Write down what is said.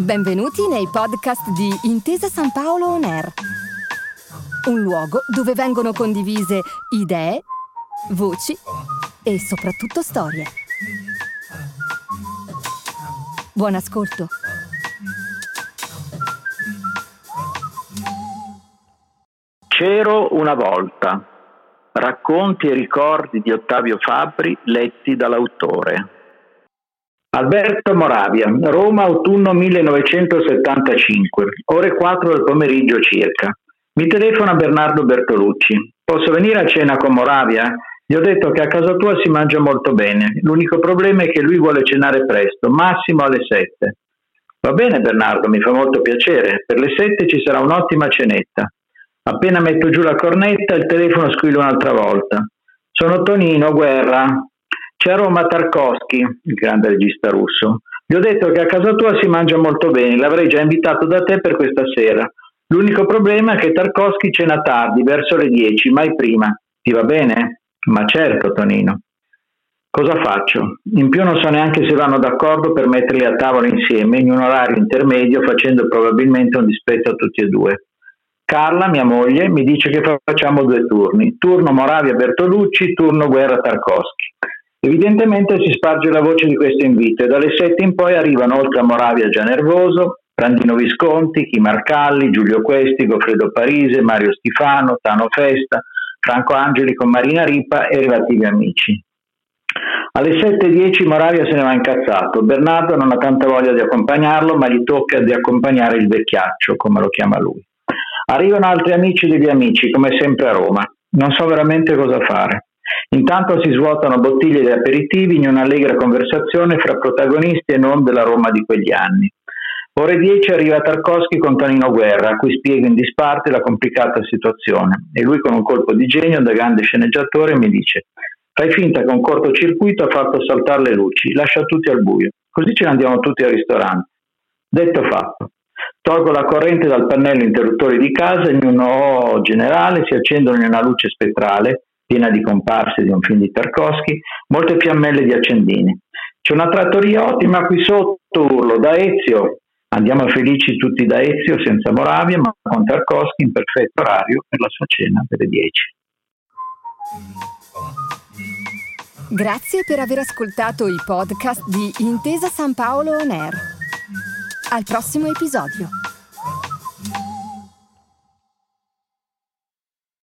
Benvenuti nei podcast di Intesa San Paolo On Air, un luogo dove vengono condivise idee, voci e soprattutto storie. Buon ascolto. C'ero una volta. Racconti e ricordi di Ottavio Fabbri letti dall'autore. Alberto Moravia, Roma, autunno 1975, ore 4 del pomeriggio circa. Mi telefona Bernardo Bertolucci. Posso venire a cena con Moravia? Gli ho detto che a casa tua si mangia molto bene. L'unico problema è che lui vuole cenare presto, massimo alle 7. Va bene Bernardo, mi fa molto piacere. Per le 7 ci sarà un'ottima cenetta. Appena metto giù la cornetta, il telefono squilla un'altra volta. Sono Tonino Guerra. C'è a Roma Tarkovsky, il grande regista russo. Gli ho detto che a casa tua si mangia molto bene, l'avrei già invitato da te per questa sera. L'unico problema è che Tarkovsky cena tardi, verso le 10, mai prima. Ti va bene? Ma certo, Tonino. Cosa faccio? In più non so neanche se vanno d'accordo per metterli a tavola insieme in un orario intermedio, facendo probabilmente un dispetto a tutti e due. Carla, mia moglie, mi dice che facciamo 2 turni. Turno Moravia Bertolucci, turno Guerra Tarkovsky. Evidentemente si sparge la voce di questo invito e dalle 7 in poi arrivano oltre a Moravia già nervoso, Brandino Visconti, Chi Marcalli, Giulio Questi, Goffredo Parise, Mario Stifano, Tano Festa, Franco Angeli con Marina Ripa e relativi amici. Alle 7:10 Moravia se ne va incazzato. Bernardo non ha tanta voglia di accompagnarlo, ma gli tocca di accompagnare il vecchiaccio, come lo chiama lui. Arrivano altri amici degli amici, come sempre a Roma. Non so veramente cosa fare. Intanto si svuotano bottiglie di aperitivi in un'allegra conversazione fra protagonisti e non della Roma di quegli anni. Ore 10 arriva Tarkovsky con Tonino Guerra, a cui spiega in disparte la complicata situazione. E lui con un colpo di genio da grande sceneggiatore mi dice: fai finta che un cortocircuito ha fatto saltare le luci, lascia tutti al buio, così ce ne andiamo tutti al ristorante. Detto fatto. Tolgo la corrente dal pannello interruttori di casa e in un O generale si accendono in una luce spettrale, piena di comparse di un film di Tarkovsky, molte fiammelle di accendini. C'è una trattoria ottima qui sotto, urlo, da Ezio. Andiamo felici tutti da Ezio, senza Moravia, ma con Tarkovsky in perfetto orario per la sua cena delle 10. Grazie per aver ascoltato i podcast di Intesa San Paolo On Air. Al prossimo episodio.